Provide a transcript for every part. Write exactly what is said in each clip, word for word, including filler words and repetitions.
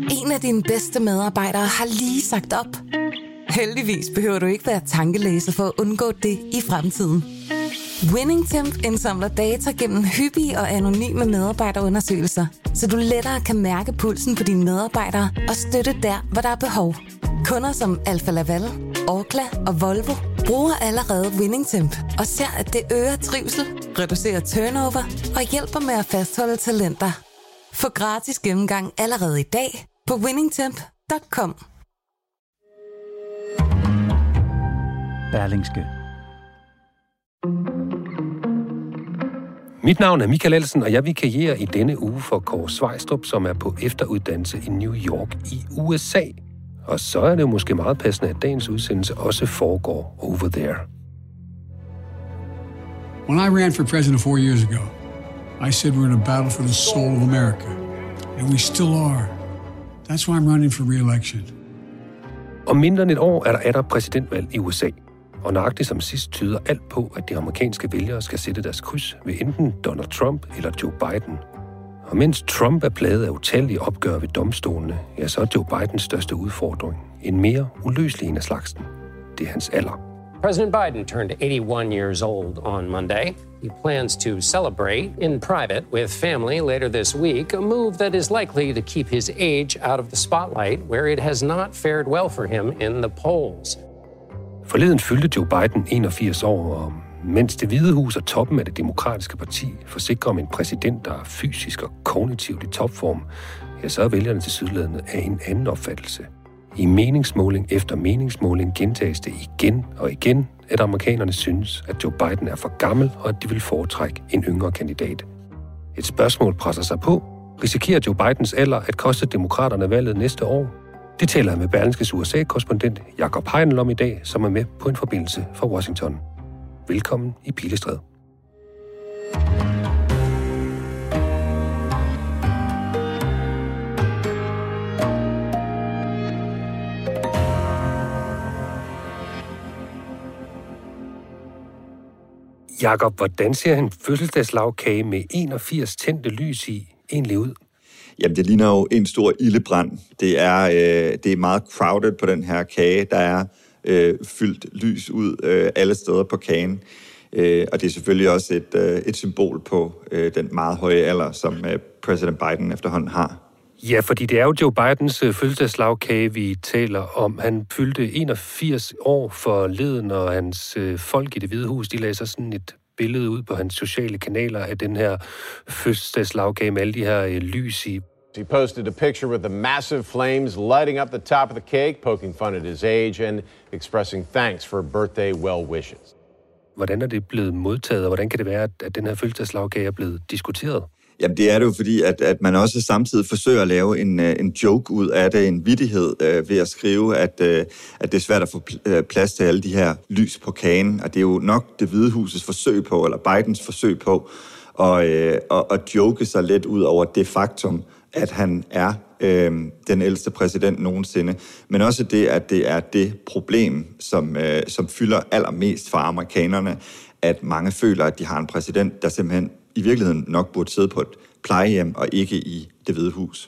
En af dine bedste medarbejdere har lige sagt op. Heldigvis behøver du ikke være tankelæser for at undgå det i fremtiden. WinningTemp indsamler data gennem hyppige og anonyme medarbejderundersøgelser, så du lettere kan mærke pulsen på dine medarbejdere og støtte der, hvor der er behov. Kunder som Alfa Laval, Orkla og Volvo bruger allerede WinningTemp og ser, at det øger trivsel, reducerer turnover og hjælper med at fastholde talenter. Få gratis gennemgang allerede i dag på winningtemp punktum com. Berlingske. Mit navn er Michael Elsen, og jeg vikarierer i denne uge for Kåre Svejstrup, som er på efteruddannelse i New York i U S A. Og så er det jo måske meget passende, at dagens udsendelse også foregår over there. When I ran for president four years ago, I said we're in a battle for the soul of America. And we still are. That's why I'm running for re-election. Om mindre end et år er der atter præsidentvalg i U S A. Og nøjagtigt som sidst tyder alt på, at de amerikanske vælgere skal sætte deres kryds ved enten Donald Trump eller Joe Biden. Og mens Trump er plaget af utallige opgør ved domstolene, ja, så er Joe Bidens største udfordring en mere uløselig en af slagsen. Det er hans alder. President Biden turned eighty-one years old on Monday. He plans to celebrate in private with family later this week, a move that is likely to keep his age out of the spotlight, where it has not fared well for him in the polls. Forleden fyldte Joe Biden enogfirs år, og mens Det Hvide Hus og toppen af det demokratiske parti forsikrer om en præsident, der er fysisk og kognitivt i topform, ja, så er vælgerne til sydladende af en anden opfattelse. I meningsmåling efter meningsmåling gentages det igen og igen, at amerikanerne synes, at Joe Biden er for gammel, og at de vil foretrække en yngre kandidat. Et spørgsmål presser sig på. Risikerer Joe Bidens alder at koste demokraterne valget næste år? Det taler jeg med Berlingskes U S A-korrespondent Jakob Heinl om i dag, som er med på en forbindelse fra Washington. Velkommen i Pilestræde. Jakob, hvordan ser en fødselsdagslagkage med enogfirs tændte lys i egentlig ud? Jamen, det ligner jo en stor ildebrand. Det er, øh, det er meget crowded på den her kage. Der er øh, fyldt lys ud øh, alle steder på kagen. Øh, og det er selvfølgelig også et, øh, et symbol på øh, den meget høje alder, som øh, præsident Biden efterhånden har. Ja, fordi det er jo Joe Bidens øh, fødselsdagslagkage, vi taler om. Han fyldte enogfirs år forleden, og hans øh, folk i Det Hvide Hus, de lagde så sådan et billede ud på hans sociale kanaler af den her fødselsdagslagkage med alle de her øh, lys i. He posted a picture with the massive flames lighting up the top of the cake, poking fun at his age and expressing thanks for birthday well wishes. Hvordan er det blevet modtaget, og hvordan kan det være, at den her fødselsdagslagkage er blevet diskuteret? Jamen, det er det jo fordi, at, at man også samtidig forsøger at lave en, en joke ud af det, en vittighed øh, ved at skrive, at, øh, at det er svært at få plads til alle de her lys på kagen. Og det er jo nok Det Hvide Husets forsøg på, eller Bidens forsøg på, at, øh, at, at joke sig lidt ud over det faktum, at han er øh, den ældste præsident nogensinde. Men også det, at det er det problem, som, øh, som fylder allermest for amerikanerne, at mange føler, at de har en præsident, der simpelthen i virkeligheden nok burde sidde på et plejehjem og ikke i Det Hvide Hus.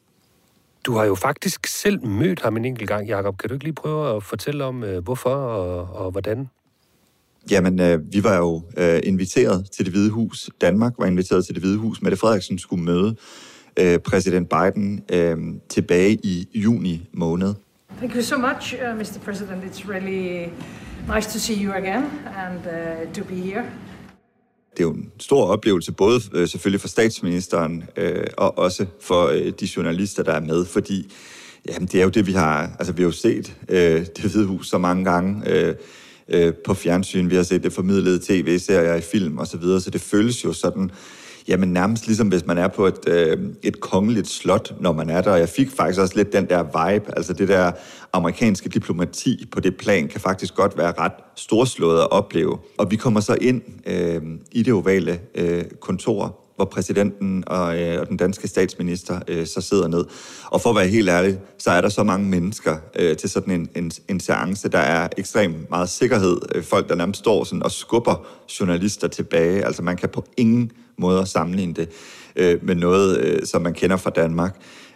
Du har jo faktisk selv mødt ham en enkelt gang, Jakob. Kan du ikke lige prøve at fortælle om, hvorfor og, og hvordan? Jamen, øh, vi var jo øh, inviteret til Det Hvide Hus. Danmark var inviteret til Det Hvide Hus. Mette Frederiksen skulle møde øh, præsident Biden øh, tilbage i juni måned. Thank you so much, uh, mister President. It's really nice to see you again and uh, to be here. Det er jo en stor oplevelse, både øh, selvfølgelig for statsministeren øh, og også for øh, de journalister, der er med, fordi jamen, det er jo det, vi har, altså vi har jo set øh, Det Hvide Hus så mange gange øh, øh, på fjernsyn, vi har set det formidlede tv-serier i film og så videre, så det føles jo sådan, jamen nærmest ligesom hvis man er på et, øh, et kongeligt slot, når man er der, og jeg fik faktisk også lidt den der vibe, altså det der amerikanske diplomati på det plan, kan faktisk godt være ret storslået at opleve. Og vi kommer så ind øh, i det ovale øh, kontor, hvor præsidenten og, øh, og den danske statsminister øh, så sidder ned. Og for at være helt ærlig, så er der så mange mennesker øh, til sådan en, en, en seance. Der er ekstremt meget sikkerhed. Øh, folk, der nærmest står sådan og skubber journalister tilbage. Altså man kan på ingen måde sammenligne det øh, med noget, øh, som man kender fra Danmark.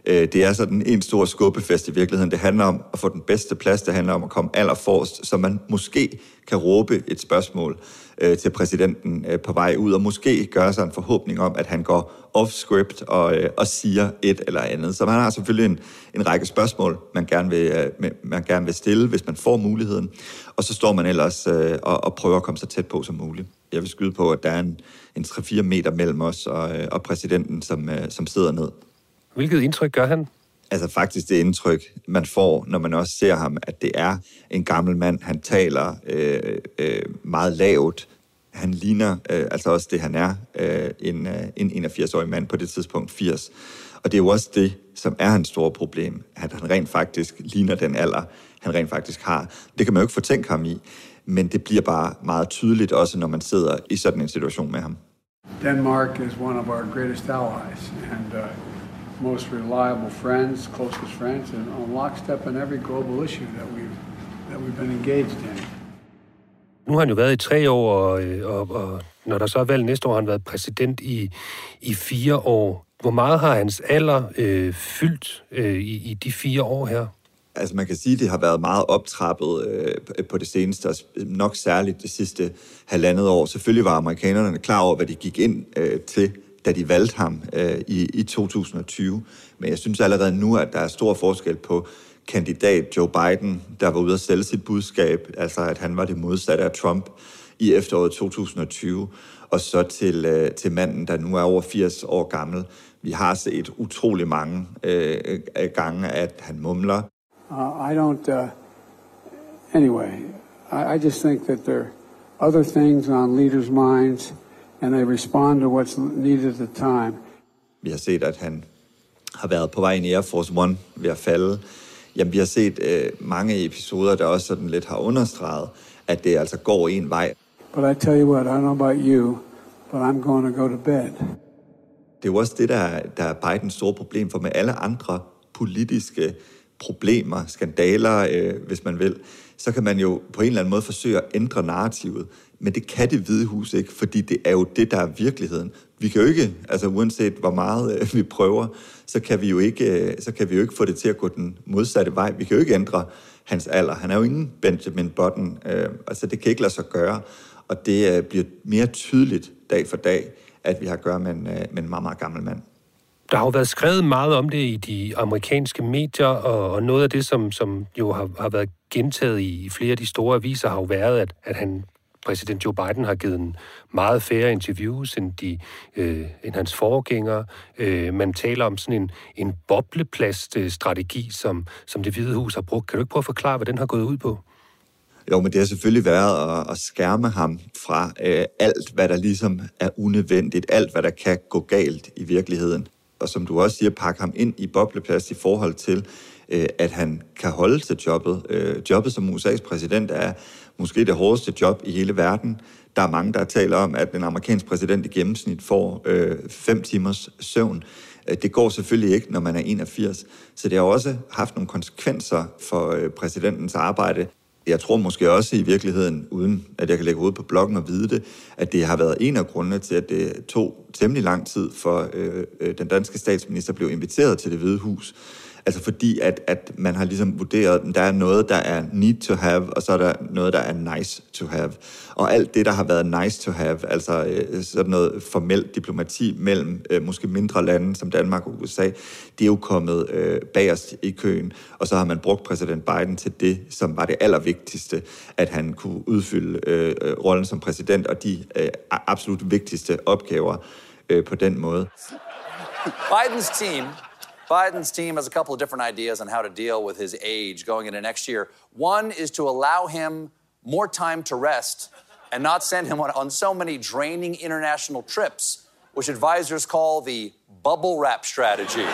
Det er sådan en stor skubbefest i virkeligheden. Det handler om at få den bedste plads, det handler om at komme allerforrest, så man måske kan råbe et spørgsmål øh, til præsidenten øh, på vej ud, og måske gøre sig en forhåbning om, at han går off-script og, øh, og siger et eller andet. Så man har selvfølgelig en, en række spørgsmål, man gerne, vil, øh, man gerne vil stille, hvis man får muligheden, og så står man ellers øh, og, og prøver at komme så tæt på som muligt. Jeg vil skyde på, at der er en, en tre fire meter mellem os og, øh, og præsidenten, som, øh, som sidder ned. Hvilket indtryk gør han? Altså faktisk det indtryk, man får, når man også ser ham, at det er en gammel mand. Han taler øh, øh, meget lavt. Han ligner øh, altså også det, han er, øh, en, øh, en enogfirs-årig mand på det tidspunkt, firs. Og det er jo også det, som er hans store problem, at han rent faktisk ligner den alder, han rent faktisk har. Det kan man jo ikke fortænke ham i, men det bliver bare meget tydeligt også, når man sidder i sådan en situation med ham. Denmark is one of our greatest allies, and uh... most reliable friends, closest friends, and on lockstep in every global issue that we've that we've been engaged in. Nu har han jo været i tre år, og, og, og når der så er valg næste år, har han været præsident i, i fire år. Hvor meget har hans alder øh, fyldt øh, i, i de fire år her? Altså man kan sige, at det har været meget optrappet øh, på det seneste, og nok særligt det sidste halvandet år. Selvfølgelig var amerikanerne klar over, hvad de gik ind øh, til, da de valgte ham øh, i, i to tusind og tyve. Men jeg synes allerede nu, at der er stor forskel på kandidat Joe Biden, der var ude at sælge sit budskab, altså at han var det modsatte af Trump i efteråret to tusind og tyve, og så til, øh, til manden, der nu er over firs år gammel. Vi har set utrolig mange øh, gange, at han mumler. Uh, I don't... Uh, anyway, I, I just think that there are other things on leaders' minds, and they respond to what's needed at the time. Vi har set, at han har været på vej ind i Air Force One ved at falde. Jamen, vi har set øh, mange episoder, der også sådan lidt har understreget, at det altså går en vej. But I tell you what, I don't know about you, but I'm going to go to bed. Det er jo også det, der, der er Bidens store problem, for med alle andre politiske problemer, skandaler, øh, hvis man vil, så kan man jo på en eller anden måde forsøge at ændre narrativet. Men det kan Det Hvide Hus ikke, fordi det er jo det, der er virkeligheden. Vi kan jo ikke, altså uanset hvor meget øh, vi prøver, så kan vi jo ikke, øh, så kan vi jo ikke få det til at gå den modsatte vej. Vi kan jo ikke ændre hans alder. Han er jo ingen Benjamin Button. Øh, altså det kan ikke lade sig gøre. Og det øh, bliver mere tydeligt dag for dag, at vi har at gøre med en, øh, med en meget, meget gammel mand. Der har jo været skrevet meget om det i de amerikanske medier, og, og noget af det, som, som jo har, har været gentaget i flere af de store aviser, har jo været, at, at han, præsident Joe Biden har givet en meget færre interviews end, de, øh, end hans forgængere. Øh, man taler om sådan en, en bobleplaststrategi, som, som Det Hvide Hus har brugt. Kan du ikke prøve at forklare, hvad den har gået ud på? Jo, men det har selvfølgelig været at, at skærme ham fra øh, alt, hvad der ligesom er unødvendigt, alt, hvad der kan gå galt i virkeligheden. Og som du også siger, pakke ham ind i bobleplast i forhold til, øh, at han kan holde til jobbet. Øh, jobbet som U S A's præsident er måske det hårdeste job i hele verden. Der er mange, der taler om, at en amerikansk præsident i gennemsnit får øh, fem timers søvn. Det går selvfølgelig ikke, når man er enogfirs. Så det har også haft nogle konsekvenser for øh, præsidentens arbejde. Jeg tror måske også i virkeligheden, uden at jeg kan lægge hovedet på bloggen og vide det, at det har været en af grundene til, at det tog temmelig lang tid for øh, den danske statsminister blev inviteret til Det Hvide Hus. Altså fordi, at, at man har ligesom vurderet, at der er noget, der er need to have, og så er der noget, der er nice to have. Og alt det, der har været nice to have, altså øh, sådan noget formelt diplomati mellem øh, måske mindre lande som Danmark og U S A, det er jo kommet øh, bagerst i køen. Og så har man brugt præsident Biden til det, som var det allervigtigste, at han kunne udfylde øh, rollen som præsident og de øh, absolut vigtigste opgaver øh, på den måde. Biden's team Biden's team has a couple of different ideas on how to deal with his age going into next year. One is to allow him more time to rest and not send him on, on so many draining international trips, which advisors call the bubble wrap strategy.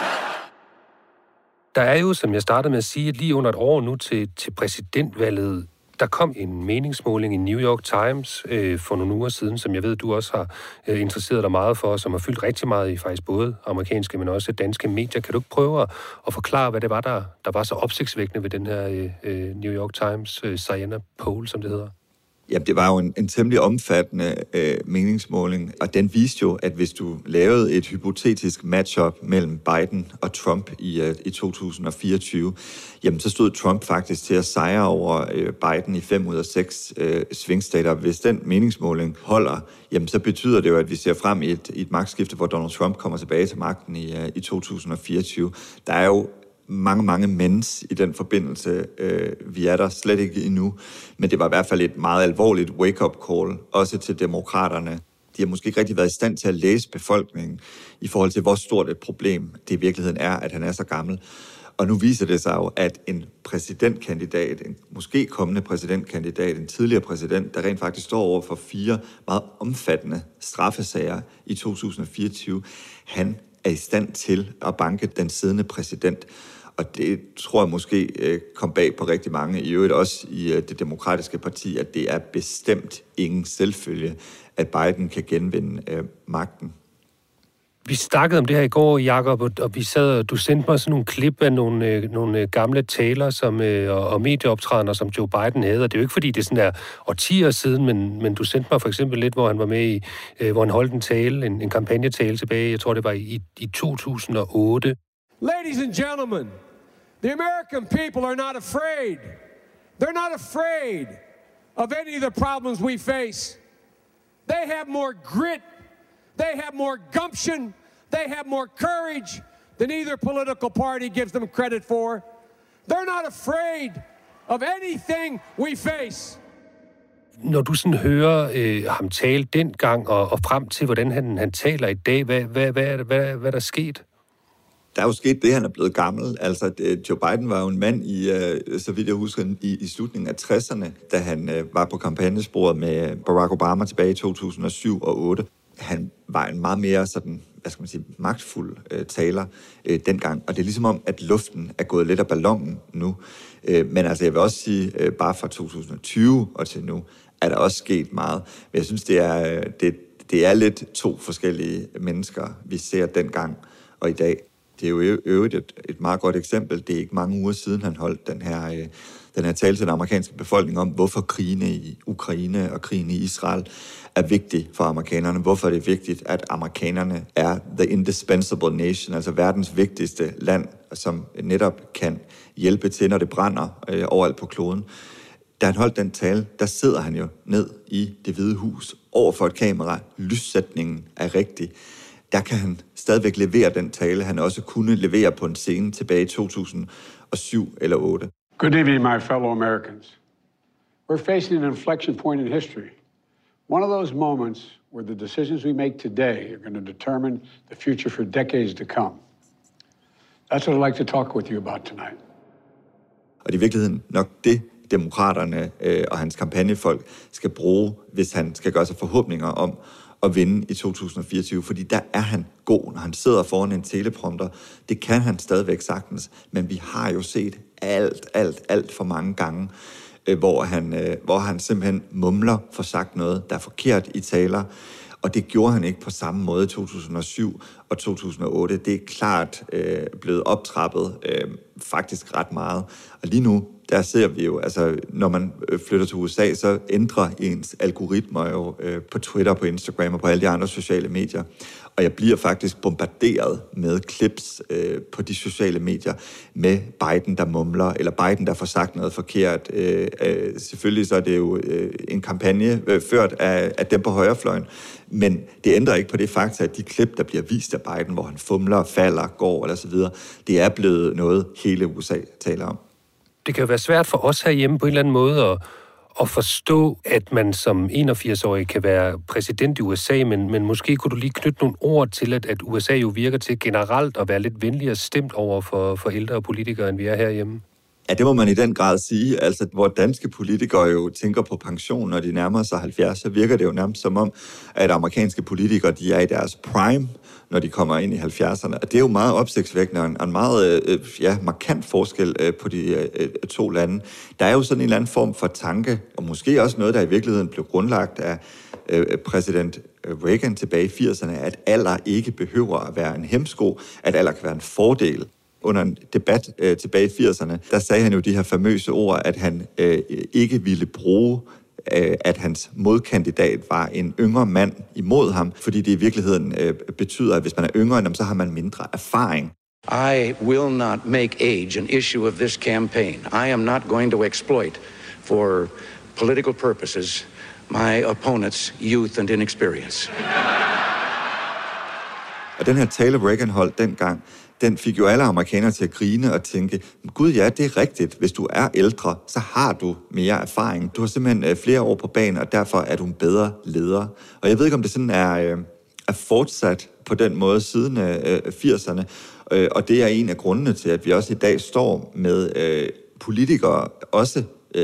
Der er jo, som jeg startede med at sige, at lige under et år nu til, til præsidentvalget, der kom en meningsmåling i New York Times øh, for nogle uger siden, som jeg ved, du også har øh, interesseret dig meget for, som har fyldt rigtig meget i faktisk både amerikanske, men også danske medier. Kan du ikke prøve at, at forklare, hvad det var, der, der var så opsigtsvækkende ved den her øh, New York Times øh, Siena Poll, som det hedder? Jamen, det var jo en, en temmelig omfattende øh, meningsmåling, og den viste jo, at hvis du lavede et hypotetisk matchup mellem Biden og Trump i, øh, i to tusind og fireogtyve, jamen så stod Trump faktisk til at sejre over øh, Biden i fem ud af seks øh, svingstater. Hvis den meningsmåling holder, jamen så betyder det jo, at vi ser frem i et, i et magtskifte, hvor Donald Trump kommer tilbage til magten i, øh, i to tusind og fireogtyve. Der er jo mange, mange mens i den forbindelse. Øh, vi er der slet ikke endnu, men det var i hvert fald et meget alvorligt wake-up call, også til demokraterne. De har måske ikke rigtig været i stand til at læse befolkningen i forhold til, hvor stort et problem det i virkeligheden er, at han er så gammel. Og nu viser det sig jo, at en præsidentkandidat, en måske kommende præsidentkandidat, en tidligere præsident, der rent faktisk står over for fire meget omfattende straffesager i to tusind og fireogtyve, han er i stand til at banke den siddende præsident. Og det tror jeg måske kom bag på rigtig mange, i øvrigt også i det demokratiske parti, at det er bestemt ingen selvfølge, at Biden kan genvinde øh, magten. Vi snakkede om det her i går, Jacob, og vi sad, og du sendte mig sådan nogle klip af nogle, øh, nogle gamle taler som, øh, og, og medieoptrædener, som Joe Biden havde. Og det er jo ikke, fordi det er sådan der årtier siden, men, men du sendte mig for eksempel lidt, hvor han var med i, øh, hvor han holdt en tale, en, en kampagnetale tilbage, jeg tror det var i, i to tusind og otte. Ladies and gentlemen, the American people are not afraid. They're not afraid of any of the problems we face. They have more grit. They have more gumption. They have more courage than either political party gives them credit for. They're not afraid of anything we face. Når du sådan hører øh, ham tale dengang og, og frem til, hvordan han, han taler i dag, hvad, hvad, hvad, hvad, hvad, hvad er der sket? Der er jo sket det, han er blevet gammel. Altså, det, Joe Biden var jo en mand i, øh, så vidt jeg husker, i, i slutningen af tresserne, da han øh, var på kampagnesporet med Barack Obama tilbage i to tusind og syv og otte. Han var en meget mere sådan, hvad skal man sige, magtfuld øh, taler øh, dengang. Og det er ligesom om, at luften er gået lidt af ballonen nu. Øh, men altså, jeg vil også sige, øh, bare fra to tusind og tyve og til nu, er der også sket meget. Men jeg synes, det er, det, det er lidt to forskellige mennesker, vi ser dengang og i dag. Det er jo øvrigt et, et meget godt eksempel. Det er ikke mange uger siden, han holdt den her, øh, den her tale til den amerikanske befolkning om, hvorfor krigen i Ukraine og krigen i Israel er vigtig for amerikanerne. Hvorfor er det vigtigt, at amerikanerne er the indispensable nation, altså verdens vigtigste land, som netop kan hjælpe til, når det brænder øh, overalt på kloden. Da han holdt den tale, der sidder han jo ned i Det Hvide Hus over for et kamera. Lyssætningen er rigtig. Der kan han stadigvæk levere den tale, han også kunne levere på en scene tilbage i to tusind og syv eller otte. Good evening, my fellow Americans. We're facing an inflection point in history. One of those moments where the decisions we make today are going to determine the future for decades to come. That's what I'd like to talk with you about tonight. Og det er i virkeligheden nok det, demokraterne øh, og hans kampagnefolk skal bruge, hvis han skal gøre sig forhåbninger om at vinde i to tusind og fireogtyve, fordi der er han god, når han sidder foran en teleprompter. Det kan han stadigvæk sagtens, men vi har jo set alt, alt, alt for mange gange, øh, hvor, han, øh, hvor han simpelthen mumler for sagt noget, der er forkert i taler, og det gjorde han ikke på samme måde i to tusind og syv og to tusind og otte. Det er klart øh, blevet optrappet øh, faktisk ret meget, og lige nu, der ser vi jo, altså når man flytter til U S A, så ændrer ens algoritmer jo øh, på Twitter, på Instagram og på alle de andre sociale medier. Og jeg bliver faktisk bombarderet med clips øh, på de sociale medier med Biden, der mumler, eller Biden, der får sagt noget forkert. Øh, øh, selvfølgelig så er det jo øh, en kampagne øh, ført af, af dem på højrefløjen, men det ændrer ikke på det fakta, at de klip, der bliver vist af Biden, hvor han fumler, falder, går eller så videre, det er blevet noget, hele U S A taler om. Det kan jo være svært for os herhjemme på en eller anden måde at, at forstå, at man som enogfirs-årig kan være præsident i U S A, men, men måske kunne du lige knytte nogle ord til, at, at U S A jo virker til generelt at være lidt venligere stemt over for, for ældre politikere, end vi er herhjemme. Ja, det må man i den grad sige. Altså, hvor danske politikere jo tænker på pension, når de nærmer sig halvfjerds, så virker det jo nærmest som om, at amerikanske politikere, de er i deres prime, når de kommer ind i halvfjerdserne. Og det er jo meget opsigtsvækkende og en meget øh, ja, markant forskel øh, på de øh, to lande. Der er jo sådan en eller anden form for tanke, og måske også noget, der i virkeligheden blev grundlagt af øh, præsident Reagan tilbage i firserne, at alder ikke behøver at være en hæmsko, at alder kan være en fordel. Under en debat øh, tilbage i firserne, der sagde han jo de her famøse ord, at han øh, ikke ville bruge at hans modkandidat var en yngre mand imod ham, fordi det i virkeligheden betyder, at hvis man er yngre, så har man mindre erfaring. I will not make age an issue of this campaign. I am not going to exploit for political purposes my opponent's youth and inexperience. Og den her tale, Reagan holdt dengang, den fik jo alle amerikanere til at grine og tænke, gud ja, det er rigtigt. Hvis du er ældre, så har du mere erfaring. Du har simpelthen flere år på banen, og derfor er du en bedre leder. Og jeg ved ikke, om det sådan er, er fortsat på den måde siden firserne. Og det er en af grundene til, at vi også i dag står med politikere, også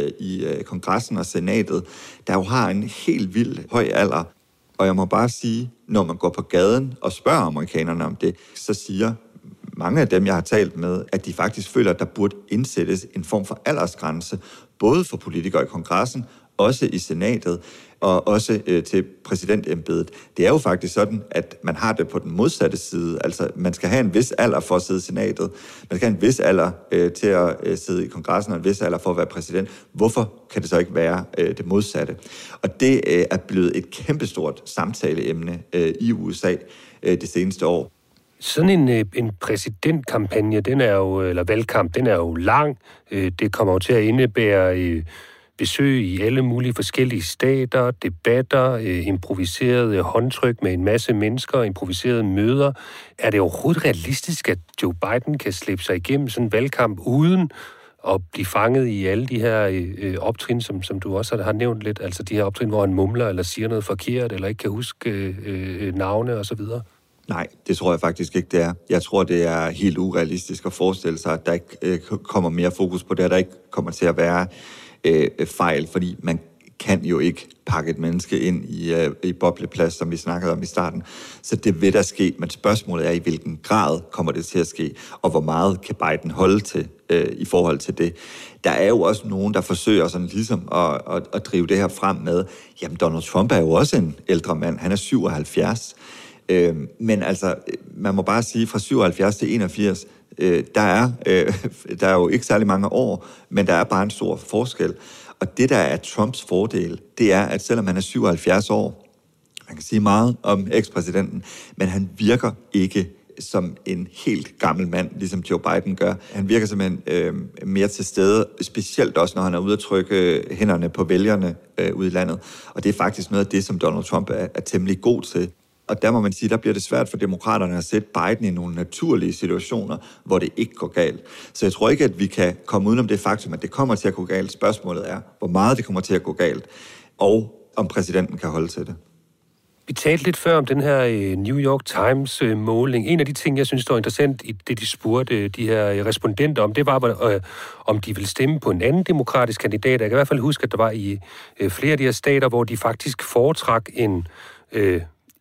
i kongressen og senatet, der jo har en helt vild høj alder. Og jeg må bare sige, når man går på gaden og spørger amerikanerne om det, så siger mange af dem, jeg har talt med, at de faktisk føler, at der burde indsættes en form for aldersgrænse, både for politikere i kongressen, også i senatet, og også øh, til præsidentembedet. Det er jo faktisk sådan, at man har det på den modsatte side. Altså, man skal have en vis alder for at sidde i senatet. Man skal have en vis alder øh, til at øh, sidde i kongressen, og en vis alder for at være præsident. Hvorfor kan det så ikke være øh, det modsatte? Og det øh, er blevet et kæmpestort samtaleemne øh, i U S A øh, det seneste år. Sådan en, en præsidentkampagne, den er jo, eller valgkamp, den er jo lang. Det kommer jo til at indebære besøg i alle mulige forskellige stater, debatter, improviserede håndtryk med en masse mennesker, improviserede møder. Er det overhovedet realistisk, at Joe Biden kan slippe sig igennem sådan en valgkamp uden at blive fanget i alle de her øh, optrin, som, som du også har nævnt lidt, altså de her optrin, hvor han mumler eller siger noget forkert, eller ikke kan huske øh, navne osv.? Nej, det tror jeg faktisk ikke, det er. Jeg tror, det er helt urealistisk at forestille sig, at der ikke øh, kommer mere fokus på det, at der ikke kommer til at være øh, fejl, fordi man kan jo ikke pakke et menneske ind i, øh, i bobleplads, som vi snakkede om i starten. Så det vil der ske, men spørgsmålet er, i hvilken grad kommer det til at ske, og hvor meget kan Biden holde til øh, i forhold til det. Der er jo også nogen, der forsøger sådan ligesom at, at, at drive det her frem med, jamen Donald Trump er jo også en ældre mand, han er syvoghalvfjerds. Øh, men altså, man må bare sige, fra syvoghalvfjerds til enogfirs, øh, der, er, øh, der er jo ikke særlig mange år, men der er bare en stor forskel. Og det, der er Trumps fordel, det er, at selvom han er syvoghalvfjerds år, man kan sige meget om ekspræsidenten, men han virker ikke som en helt gammel mand, ligesom Joe Biden gør. Han virker simpelthen øh, mere til stede, specielt også, når han er ude at trykke hænderne på vælgerne øh, ude i landet. Og det er faktisk noget af det, som Donald Trump er, er temmelig god til. Og der må man sige, der bliver det svært for demokraterne at sætte Biden i nogle naturlige situationer, hvor det ikke går galt. Så jeg tror ikke, at vi kan komme udenom det faktum, at det kommer til at gå galt. Spørgsmålet er, hvor meget det kommer til at gå galt, og om præsidenten kan holde til det. Vi talte lidt før om den her New York Times-måling. En af de ting, jeg synes, der var interessant i det, de spurgte de her respondenter om, det var, om de ville stemme på en anden demokratisk kandidat. Jeg kan i hvert fald huske, at der var i flere af de her stater, hvor de faktisk foretrak en øh,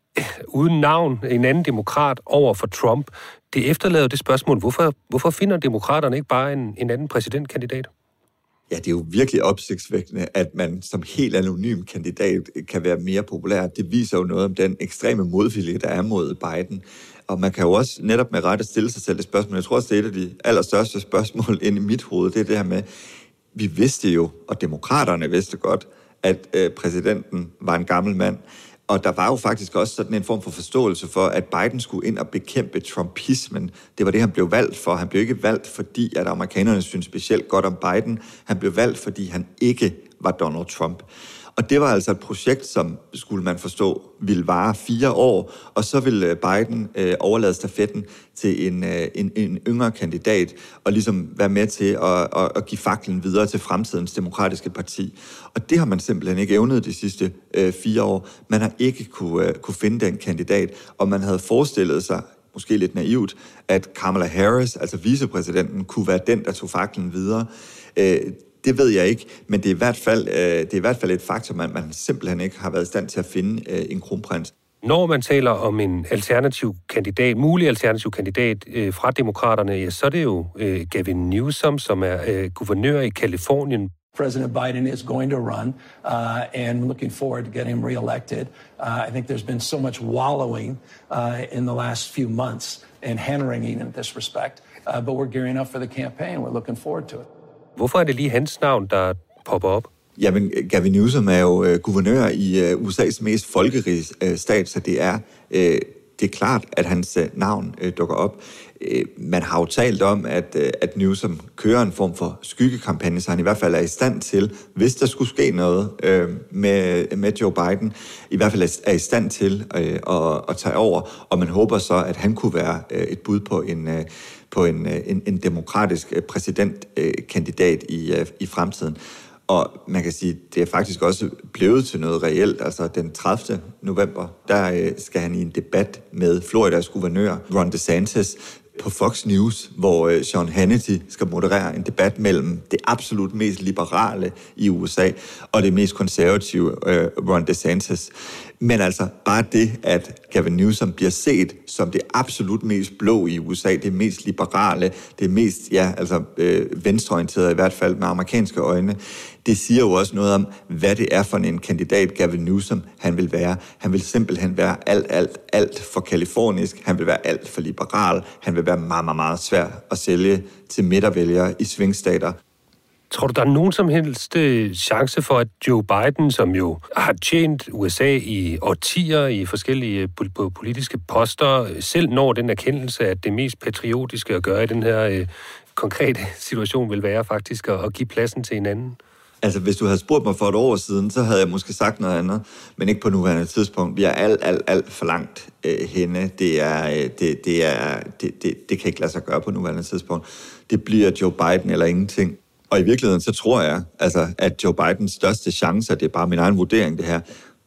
uden navn, en anden demokrat over for Trump. Det efterlader det spørgsmål, hvorfor, hvorfor finder demokraterne ikke bare en, en anden præsidentkandidat? Ja, det er jo virkelig opsigtsvækkende, at man som helt anonym kandidat kan være mere populær. Det viser jo noget om den ekstreme modvilje, der er mod Biden. Og man kan jo også netop med rette stille sig selv det spørgsmål. Jeg tror også, det er et af de allerstørste spørgsmål inde i mit hoved. Det er det her med, vi vidste jo, og demokraterne vidste godt, at øh, præsidenten var en gammel mand. Og der var jo faktisk også sådan en form for forståelse for, at Biden skulle ind og bekæmpe trumpismen. Det var det, han blev valgt for. Han blev ikke valgt, fordi at amerikanerne synes specielt godt om Biden. Han blev valgt, fordi han ikke var Donald Trump. Og det var altså et projekt, som, skulle man forstå, ville vare fire år, og så ville Biden øh, overlade stafetten til en, øh, en, en yngre kandidat, og ligesom være med til at, at, at give faklen videre til fremtidens demokratiske parti. Og det har man simpelthen ikke evnet de sidste øh, fire år. Man har ikke kunne, øh, kunne finde den kandidat, og man havde forestillet sig, måske lidt naivt, at Kamala Harris, altså vicepræsidenten, kunne være den, der tog faklen videre. Øh, Det ved jeg ikke, men det er i hvert fald, øh, det er i hvert fald et faktum, at man simpelthen ikke har været i stand til at finde øh, en kronprins. Når man taler om en alternativ kandidat, mulig alternativ kandidat øh, fra demokraterne, ja, så er det jo øh, Gavin Newsom, som er øh, guvernør i Kalifornien. President Biden is going to run, uh, and looking forward to getting him reelected. Uh, I think there's been so much wallowing uh, in the last few months and hand-wringing in this respect, uh, but we're gearing up for the campaign. We're looking forward to it. Hvorfor er det lige hans navn, der popper op? Jamen, Gavin Newsom er jo øh, guvernør i øh, U S A's mest folkerige øh, stat, så det er, øh, det er klart, at hans øh, navn øh, dukker op. Øh, man har jo talt om, at, øh, at Newsom kører en form for skyggekampagne, så han i hvert fald er i stand til, hvis der skulle ske noget øh, med, med Joe Biden, i hvert fald er i stand til øh, at, at tage over, og man håber så, at han kunne være øh, et bud på en... Øh, på en, en, en demokratisk præsidentkandidat i, i fremtiden. Og man kan sige, det er faktisk også blevet til noget reelt. Altså den tredivte november, der skal han i en debat med Floridas guvernør, Ron DeSantis, på Fox News, hvor Sean Hannity skal moderere en debat mellem det absolut mest liberale i U S A og det mest konservative uh, Ron DeSantis. Men altså bare det, at Gavin Newsom bliver set som det absolut mest blå i U S A, det mest liberale, det mest, ja, altså øh, venstreorienterede i hvert fald med amerikanske øjne, det siger jo også noget om, hvad det er for en kandidat Gavin Newsom han vil være. Han vil simpelthen være alt, alt, alt for kalifornisk. Han vil være alt for liberal. Han vil være meget, meget, meget svær at sælge til midtervælgere i swingstater. Tror du, der er nogen som helst chance for, at Joe Biden, som jo har tjent U S A i årtier i forskellige politiske poster, selv når den erkendelse, at det mest patriotiske at gøre i den her øh, konkrete situation vil være faktisk at, at give pladsen til en anden? Altså, hvis du havde spurgt mig for et år siden, så havde jeg måske sagt noget andet, men ikke på nuværende tidspunkt. Vi er alt, alt, alt for langt øh, henne. Det, er, øh, det, det, er, det, det, det kan ikke lade sig gøre på nuværende tidspunkt. Det bliver Joe Biden eller ingenting. Og i virkeligheden, så tror jeg, altså, at Joe Bidens største chance, det er bare min egen vurdering, det her,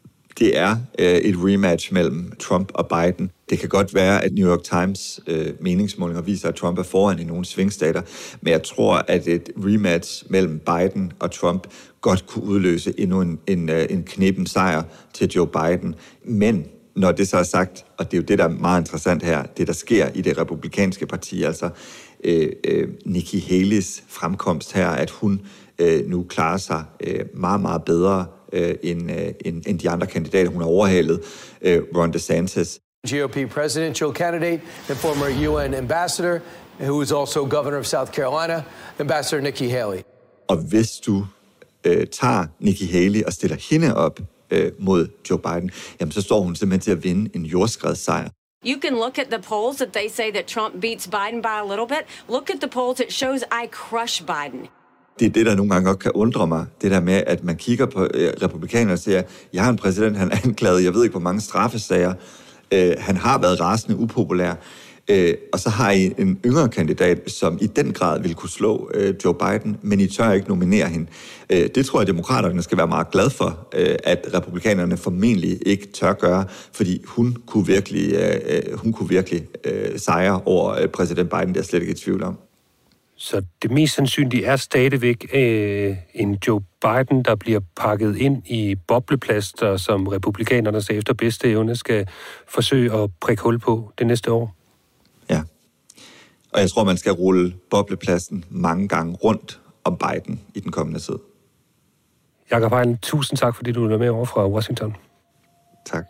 det er øh, et rematch mellem Trump og Biden. Det kan godt være, at New York Times øh, meningsmålinger viser, at Trump er foran i nogle swingstater, men jeg tror, at et rematch mellem Biden og Trump godt kunne udløse endnu en, en, en knepen sejr til Joe Biden. Men når det så er sagt, og det er jo det, der er meget interessant her, det der sker i det republikanske parti, altså øh, øh, Nikki Haley's fremkomst her, at hun øh, nu klarer sig øh, meget, meget bedre øh, end, øh, end, end de andre kandidater. Hun har overhalet øh, Ron DeSantis. G O P presidential candidate and former U N ambassador, who is also governor of South Carolina, Ambassador Nikki Haley. Og hvis du øh, tager Nikki Haley og stiller hende op øh, mod Joe Biden, jamen så står hun simpelthen til at vinde en jordskredssejr. You can look at the polls that they say that Trump beats Biden by a little bit. Look at the polls, it shows I crush Biden. Det er det, der nogle gange godt kan undre mig. Det der med, at man kigger på øh, republikanerne og siger, jeg har en præsident, han er anklaget, jeg ved ikke, hvor mange straffesager. Øh, han har været rasende upopulær. Øh, og så har I en yngre kandidat, som i den grad vil kunne slå øh, Joe Biden, men I tør ikke nominere hende. Øh, det tror jeg, demokraterne skal være meget glad for, øh, at republikanerne formentlig ikke tør gøre, fordi hun kunne virkelig, øh, hun kunne virkelig øh, sejre over øh, præsident Biden, det er jeg slet ikke i tvivl om. Så det mest sandsynlige er stadigvæk øh, en Joe Biden, der bliver pakket ind i bobleplaster, som republikanerne så efter bedste evne skal forsøge at prikke hul på det næste år. Ja, og jeg tror, man skal rulle boblepladsen mange gange rundt om Biden i den kommende tid. Jakob Hein, tusind tak, fordi du er med over fra Washington. Tak.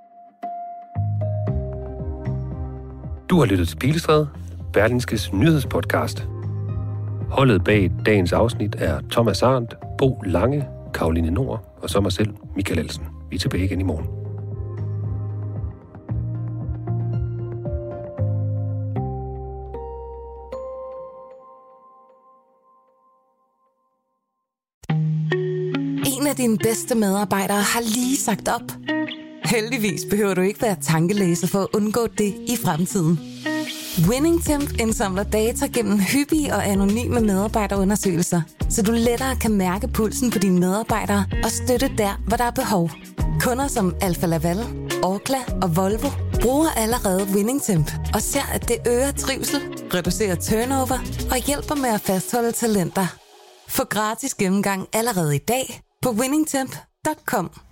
Du har lyttet til Pilestræde, Berlingskes nyhedspodcast. Holdet bag dagens afsnit er Thomas Arndt, Bo Lange, Karoline Nord og så mig selv, Michael Elsen. Vi er tilbage igen i morgen. En af dine bedste medarbejdere har lige sagt op. Heldigvis behøver du ikke være tankelæser for at undgå det i fremtiden. WinningTemp indsamler data gennem hyppige og anonyme medarbejderundersøgelser, så du lettere kan mærke pulsen på dine medarbejdere og støtte der, hvor der er behov. Kunder som Alfa Laval, Orkla og Volvo bruger allerede WinningTemp og ser, at det øger trivsel, reducerer turnover og hjælper med at fastholde talenter. Få gratis gennemgang allerede i dag på winningtemp punktum com.